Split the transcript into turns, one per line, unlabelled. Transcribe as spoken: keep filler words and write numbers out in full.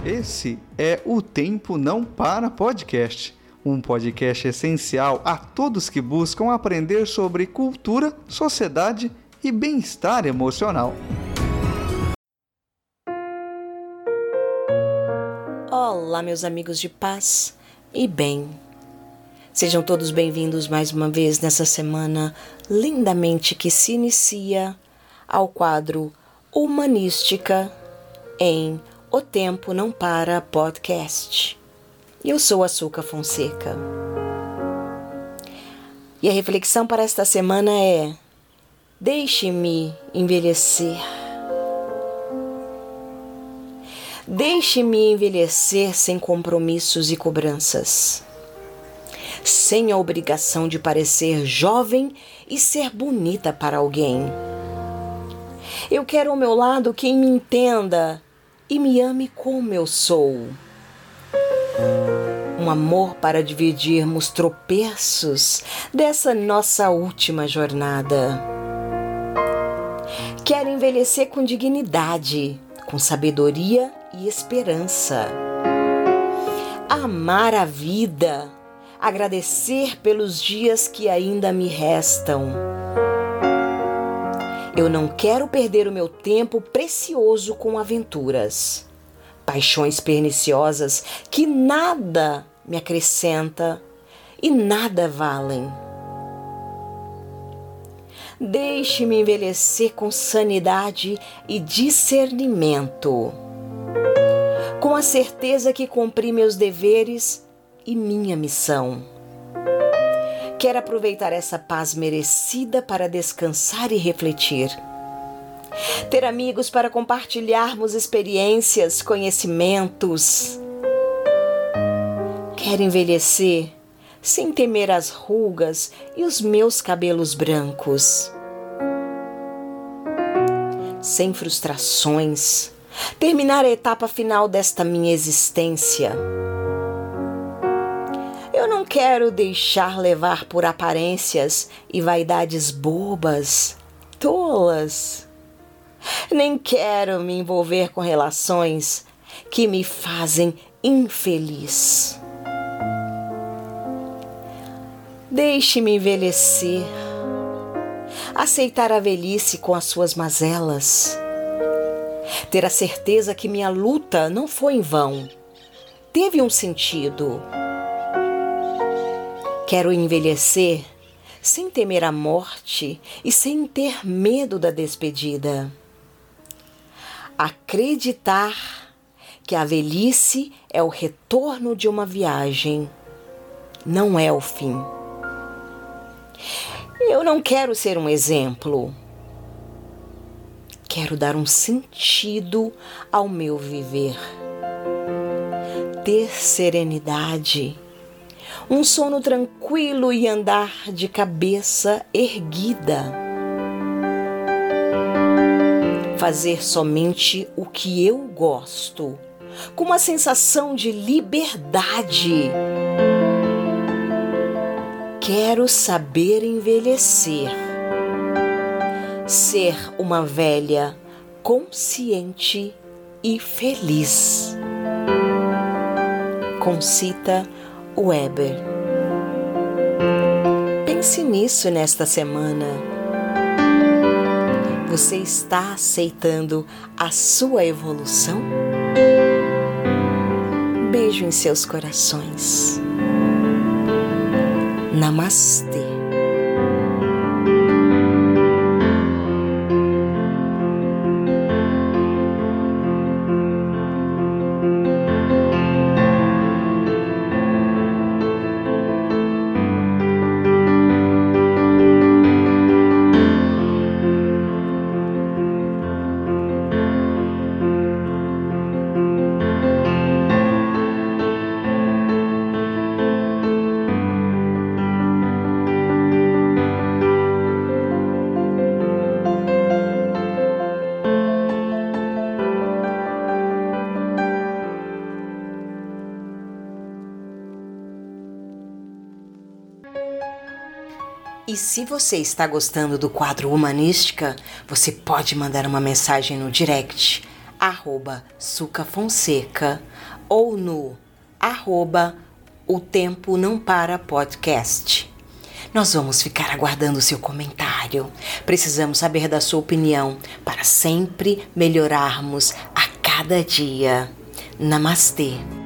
Esse é o Tempo Não Para Podcast, um podcast essencial a todos que buscam aprender sobre cultura, sociedade e bem-estar emocional.
Olá, meus amigos de paz e bem. Sejam todos bem-vindos mais uma vez nessa semana lindamente que se inicia ao quadro Humanística em O Tempo Não Para Podcast. Eu sou Açúcar Fonseca. E a reflexão para esta semana é: deixe-me envelhecer. Deixe-me envelhecer sem compromissos e cobranças, sem a obrigação de parecer jovem e ser bonita para alguém. Eu quero ao meu lado quem me entenda e me ame como eu sou. Um amor para dividirmos tropeços dessa nossa última jornada. Quero envelhecer com dignidade, com sabedoria e esperança. Amar a vida, agradecer pelos dias que ainda me restam. Eu não quero perder o meu tempo precioso com aventuras, paixões perniciosas que nada me acrescenta e nada valem. Deixe-me envelhecer com sanidade e discernimento, com a certeza que cumpri meus deveres e minha missão. Quero aproveitar essa paz merecida para descansar e refletir. Ter amigos para compartilharmos experiências, conhecimentos. Quero envelhecer sem temer as rugas e os meus cabelos brancos. Sem frustrações, terminar a etapa final desta minha existência. Eu não quero deixar levar por aparências e vaidades bobas, tolas. Nem quero me envolver com relações que me fazem infeliz. Deixe-me envelhecer, aceitar a velhice com as suas mazelas, ter a certeza que minha luta não foi em vão, teve um sentido. Quero envelhecer sem temer a morte e sem ter medo da despedida. Acreditar que a velhice é o retorno de uma viagem, não é o fim. Eu não quero ser um exemplo. Quero dar um sentido ao meu viver. Ter serenidade, um sono tranquilo e andar de cabeça erguida. Fazer somente o que eu gosto, com uma sensação de liberdade. Quero saber envelhecer, ser uma velha consciente e feliz. Concita Weber. Pense nisso nesta semana. Você está aceitando a sua evolução? Beijo em seus corações. Namastê. E se você está gostando do quadro Humanística, você pode mandar uma mensagem no direct, arroba Suca Fonseca ou no arroba O Tempo Não Para Podcast. Nós vamos ficar aguardando o seu comentário. Precisamos saber da sua opinião para sempre melhorarmos a cada dia. Namastê.